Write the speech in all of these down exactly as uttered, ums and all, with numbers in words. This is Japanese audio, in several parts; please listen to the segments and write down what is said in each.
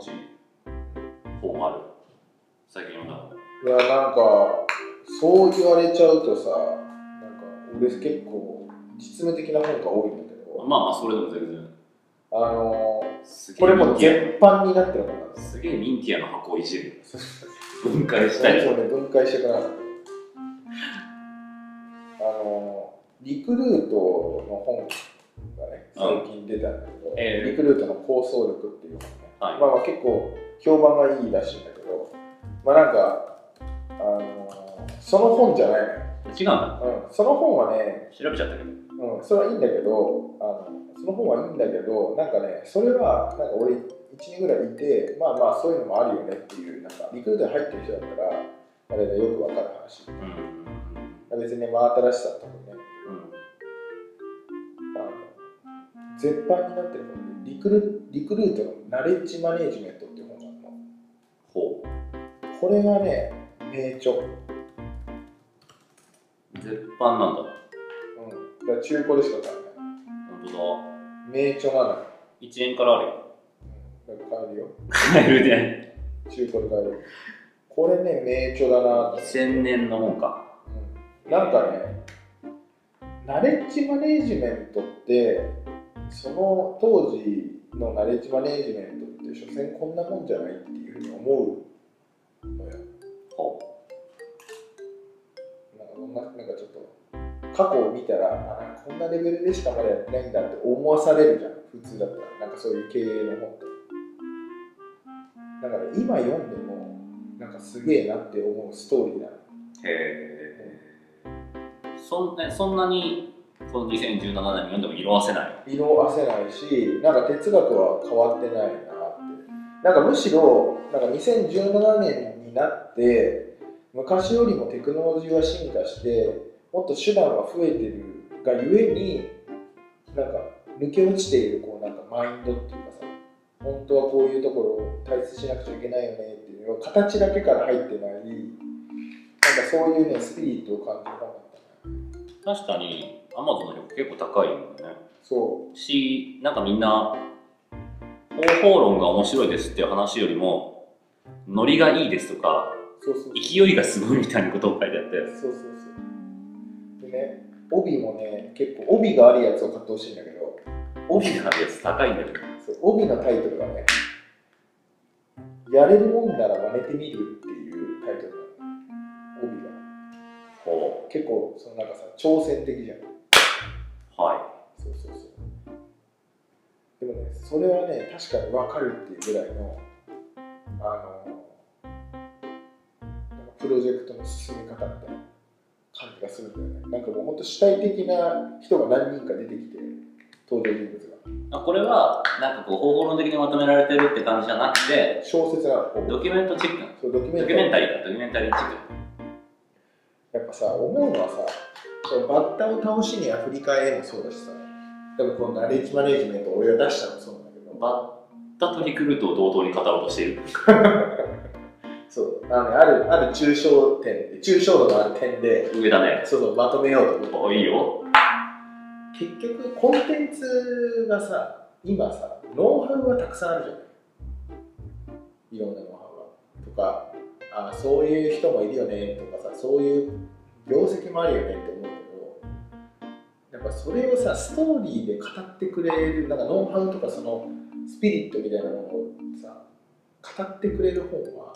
ち本ある？最近読んだの？ いや、なんかそう言われちゃうとさ、なんか俺結構実務的な本が多いんだけど、 まあまあそれでも全然。 あのー、これも絶版になってるのかな。 すげえミンティアの箱をいじる。分解したり。 そうね、分解していかなかった。あのー、リクルートの本がね、最近出たんだけど、えー、リクルートの構想力っていう本ね、はい、まあまあ結構評判がいいらしいんだけど、まあなんか、あのー、その本じゃないのよ。 違うんだ。 うん、その本はね、 調べちゃったけど。 うん、それはいいんだけど、あのその本はいいんだけど、なんかね、それはなんか俺いちねんぐらいいて、まあまあそういうのもあるよねっていう、なんかリクルートに入ってる人だったら、あれでよくわかる話。うん、別にね、真新しさとかね、うん、あの絶版になってる本でリクル、リクルートのナレッジマネージメントっていう本があるの。ほう。これがね、名著。 絶版なんだ。 うん。だから中古でしか買えない。 本当だ。 名著なのよ。 いちえんからあるよ。 うん。だから買えるよ。 買えるね。 中古で買える。これね、名著だな。 にせんねんの本か。 うん。なんかね、ナレッジマネージメントって、その当時のナレッジマネージメントって、所詮こんなもんじゃないっていうふうに思うのよ。ほう。なんか、なんかちょっと、過去を見たら、あ、なんかこんなレベルでしかまだやってないんだって思わされるじゃん、普通だったら。なんかそういう経営の本って。だから今読んでも、なんかすげえなって思うストーリーなの。へえ。そんな、そんなにこのにせんじゅうななねんに読んでも色あせない？ 色あせないし、なんか哲学は変わってないなって。なんかむしろ、なんかにせんじゅうななねんになって、昔よりもテクノロジーは進化して、もっと手段は増えてるがゆえに、なんか抜け落ちているこうなんかマインドっていうかさ、本当はこういうところを大切しなくちゃいけないよねっていうのが形だけから入ってない、なんかそういうね、スピリットを感じる本だったね。 確かに Amazon の評価結構高いよね。 そうし、なんかみんな方法論が面白いですっていう話よりもノリがいいですとか、そうそうそう、勢いがすごいみたいなことを書いてあって、 そうそうそうでね、帯もね、結構帯があるやつを買ってほしいんだけど、 帯があるやつ高いんだけど、 そう、帯のタイトルがね、やれるもんなら真似てみるっていうタイトルなの。帯がほう、結構そのなんかさ、挑戦的じゃん。はい、そうそうそう。でもね、それはね、確かに分かるっていうぐらいのあのプロジェクトの進め方みたいな感じがするんだよね。なんかもう本当主体的な人が何人か出てきて、登場人物が。 あ、これはなんかこう方法論的にまとめられてるって感じじゃなくて、 小説なの。 ドキュメントチックなの。 そうドキュメンドキュメンタリーか、ドキュメンタリーチック。 やっぱさ、思うのはさ、バッタを倒しにアフリカへもそうだしさ、多分このナレッジマネージメントを俺が出したのもそうなんだけど、 バッタとリクルートを同等に語ろうとしている。 そう、あの、ね、ある、ある抽象点、抽象度のある点で、 上だね。そうそう、まとめようと思って。 お、いいよ。 結局、コンテンツがさ、今さ、ノウハウがたくさんあるじゃない。いろんなノウハウが。とか、あ、そういう人もいるよねとかさ、そういう業績もあるよねって思うけど、やっぱそれをさ、ストーリーで語ってくれる、なんかノウハウとかそのスピリットみたいなものをさ、語ってくれる本は、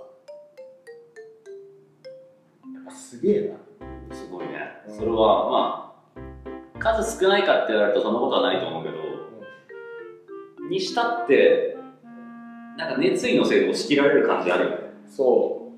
やっぱすげえな。 すごいね。うん、それはまあ、数少ないかって言われるとそんなことはないと思うけど、うん、にしたって、なんか熱意のせいで押し切られる感じあるよね。 そう。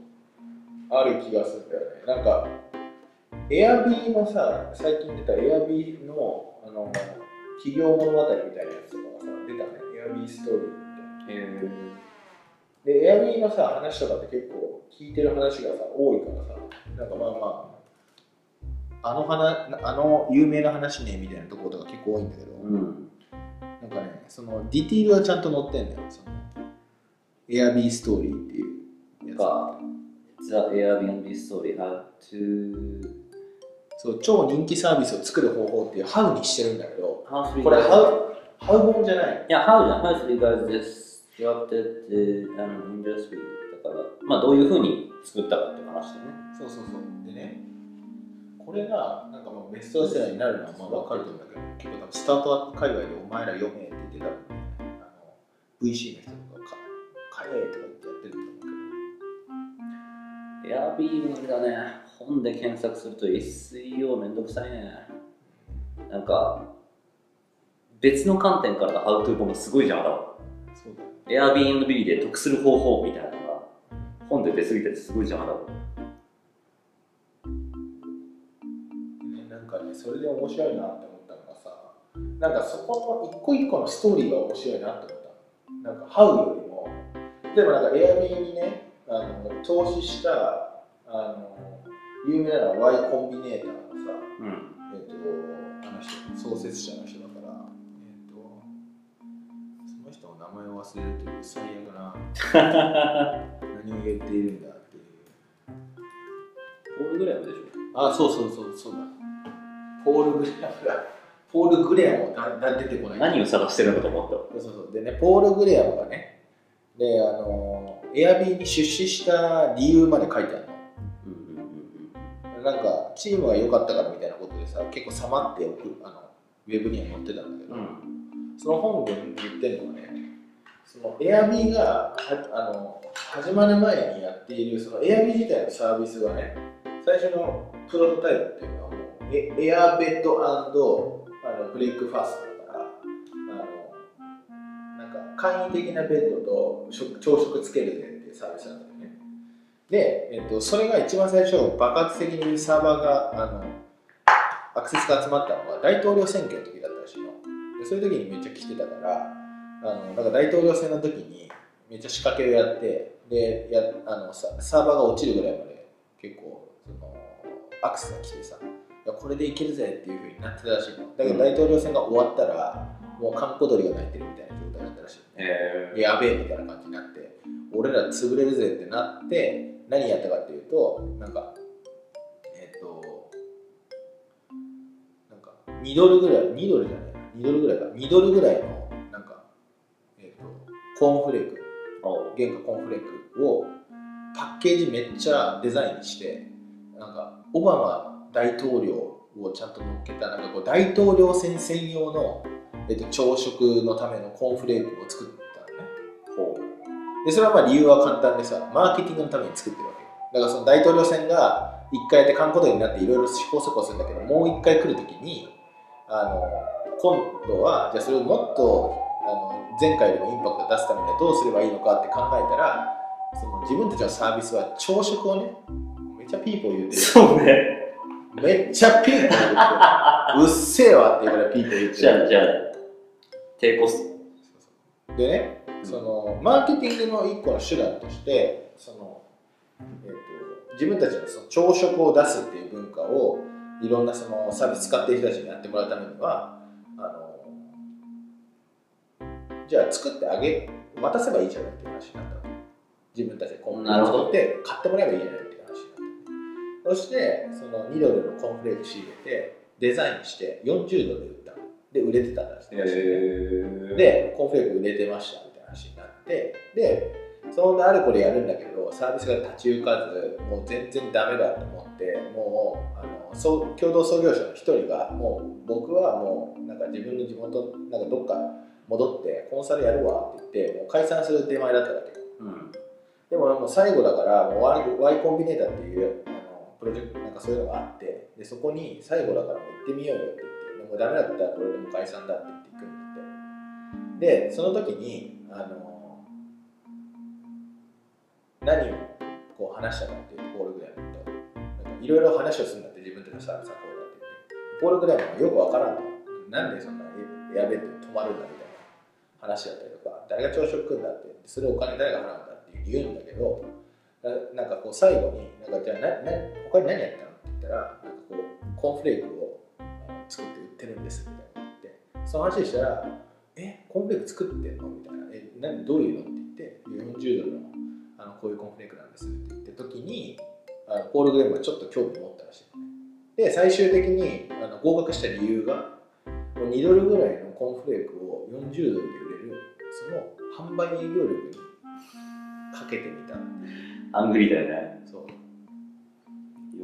ある気がするんだよね。なんか、エアビーのさ、最近出たエアビーの、あの企業物語みたいなやつとかがさ、出たね。エアビーストーリーみたいな。へー。で、エアビーのさ、話とかって結構聞いてる話がさ、多いからさ、なんかまあまあ、あの話、あの有名な話ね、みたいなところとか結構多いんだけど、うん、なんかね、そのディティールはちゃんと載ってんだよ。そのエアビーストーリーっていうやつが。 The Airbnb Story How to そう、超人気サービスを作る方法っていう How にしてるんだけど、これ How, How 本じゃない。 いや、How じゃん。How to legalize this やってて、あの、インダストリーだから、まあどういうふうに作ったかっていう話でね。 そうそうそう。でね、これがなんかもうベストセラーになるのはまあ分かると思うんだけど、結構多分スタートアップ界隈でお前ら読めって言ってたのね、あの ブイシー の人とか買えとか言ってやってると思うけど。エアビー無理だね。本で検索すると エスイーオー めんどくさいね。なんか、別の観点からのハウトゥー本がすごいじゃん、だ。 そうだよ。 Airbnb で得する方法みたいなのが本で出過ぎててすごいじゃん、だ。 なんかね、それで面白いなって思ったのがさ、なんかそこの一個一個のストーリーが面白いなって思ったの。なんか、ハウよりも、例えばなんか Airbnb にね、あの投資したあの有名なのは Y コンビネーターのさ、うん、えっと、あの人、創設者の人だから、えっと、その人の名前を忘れるという最悪な何を言っているんだっていう。 ポール・グレアムでしょ。 あ、そうそうそう、そうだ。ポール・グレアムが、ポール・グレアムがだ出てこない。 何を探してるのかと思った。 そうそうそう。でね、ポール・グレアムがね、で、あの、エアビーに出資した理由まで書いてあるの。うんうんうん、なんか、チームが良かったからみたいなことでさ、結構さまっておく、あの、ウェブには載ってたんだけど、うん、その本文に言ってるのはね、そのエアビーがはあの始まる前にやっているそのエアビー自体のサービスがね、最初のプロトタイプっていうのはもうエ, エアベッド&あのブレイクファーストだから、あのなんか簡易的なベッドと朝食つけるぜっていうサービスなんだよね。で、えっと、それが一番最初爆発的にサーバーがあのアクセスが集まったのが大統領選挙の時だったらしいの。でそういう時にめっちゃ来てたから、あのだから大統領選の時にめっちゃ仕掛けをやって、でやあの サ, サーバーが落ちるぐらいまで結構そのアクセスが来てさ、いやこれでいけるぜっていう風になってたらしいの。だけど大統領選が終わったらもう閑古鳥が鳴いてるみたいな状態だったらしい、えー、やべえみたいな感じになって、俺ら潰れるぜってなって、何やったかっていうと、なんかえっ、ー、となんかにドルぐらい、にドルじゃないにドルぐらいか、にドルぐらいのなんか、えー、とコーンフレーク、原価コーンフレークをパッケージめっちゃデザインして、なんかオバマ大統領をちゃんと乗っけた、なんかこう大統領選専用の、えー、と朝食のためのコーンフレークを作ったのね。ほうでそれはまあ理由は簡単でさ、マーケティングのために作ってるわけ。だからその大統領選がいっかいやって閑古鳥になっていろいろ試行錯誤するんだけど、もういっかい来るときにあの今度はじゃあそれをもっとあの前回よりもインパクトを出すためにはどうすればいいのかって考えたら、その自分たちのサービスは朝食をね、めっちゃピーポー言ってる。 そうね。 めっちゃピーポー言ってる。うっせえわっていうぐらいピーポー言ってる。 じゃあじゃあ低コスト。でね、そのマーケティングの一個の手段として、その、えーと、自分たちのその朝食を出すっていう文化をいろんなそのサービス使っている人たちにやってもらうためには、あのじゃあ作ってあげ渡せばいいじゃないっていう話になったわけ。自分たちでコンフレーク作って買ってもらえばいいじゃないっていう話になった。そしてそのにドルのコーンフレーク仕入れてデザインしてよんじゅうドルで売ったので売れてたんですね、えー、でコーンフレーク売れてましたみたいな話になって、でそんなあれこれやるんだけどサービスが立ち行かず、もう全然ダメだと思って、もうあの共同創業者の一人がもう僕はもうなんか自分の地元なんかどっか戻ってコンサルやるわって言ってもう解散する手前だったわけよ、うん、でももう最後だからもう Y, Y コンビネーターっていうあのプロジェクトなんかそういうのがあって、でそこに最後だからもう行ってみようよって言って、もうダメだったらこれでも解散だって言って行くんだって。でその時にあの何をこう話したかっていうと、ポール・グレアムといろいろ話をするんだって、自分たちのサービスはこうだって言って、ポール・グレアムはよくわからんの。なんでそんなエアベッドに泊まるんだみたいな話だったりとか、誰が朝食食うんだって、それお金誰が払うんだって言うんだけど、な, なんかこう最後になんかじゃあなな他に何やったのって言ったら、なんかこうコーンフレークを作って売ってるんですみたいな言って、その話したら、えコーンフレーク作ってんのみたいな、え何どういうのって言って、よんじゅうドルのあのこういうコーンフレークなんですって言った時に、あのポール・グレームがちょっと興味を持ったらしい、ね、で最終的にあの合格した理由がにドルぐらいのコーンフレークをよんじゅうドルで売れるその販売営業力にかけてみた。 アングリーだよね。 そう。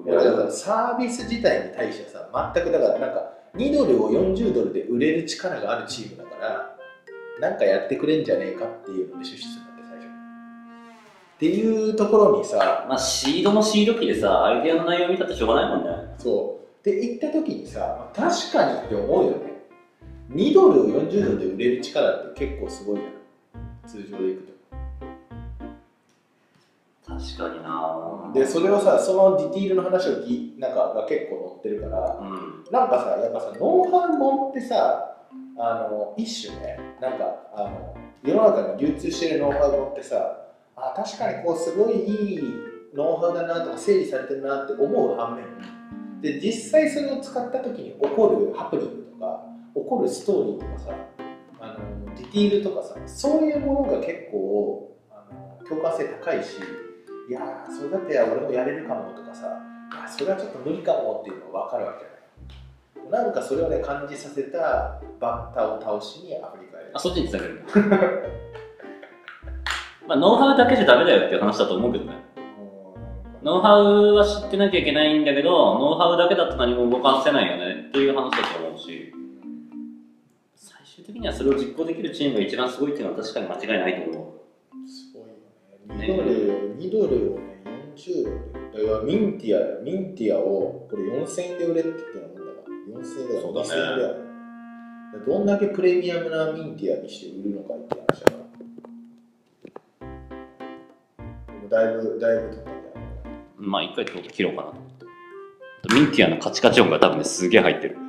いやだからサービス自体に対してさ、全くだからなんかにドルをよんじゅうドルで売れる力があるチームだから、なんかやってくれんじゃねえかっていうので出資するんだって最初。っていうところにさ、 まあシードのシード期でさ、アイデアの内容見たってしょうがないもんね。 そうで言った時にさ、確かにって思うよね。にドルをよんじゅうドルで売れる力って結構すごいじゃん、通常でいくと。 確かにな。 でそれをさ、そのディティールの話をぎなんかが結構載ってるから、 うん、 なんかさ、やっぱさ、ノウハウ本ってさ、あの一種ね、なんかあの世の中に流通してるノウハウ本ってさ、あ、確かにこうすごいいいノウハウだなとか整理されてるなって思う反面で、実際それを使った時に起こるハプニングとか起こるストーリーとかさ、あのディティールとかさ、そういうものが結構あの共感性高いし、いやーそれだって俺もやれるかもとかさ、いやそれはちょっと無理かもっていうのが分かるわけじゃない。なんかそれをね感じさせたバッターを倒しにアフリカへ。 あ、そっちにつなげるまあノウハウだけじゃダメだよっていう話だと思うけどね。ノウハウは知ってなきゃいけないんだけど、ノウハウだけだと何も動かせないよねっていう話だと思うし、最終的にはそれを実行できるチームが一番すごいっていうのは確かに間違いないと思う。 すごいよね。にドル、にドルをね、よんじゅうドル。だからミンティア、ミンティアをこれよんせんえんで売れって言ってるもんだから、よんせんえんだからにせんえんだよね。どんだけプレミアムなミンティアにして売るのかって話だから。だいぶ、だいぶ取ったんだよ。 まあ一回切ろうかなと思って。ミンティアのカチカチ音が多分ねすげえ入ってる。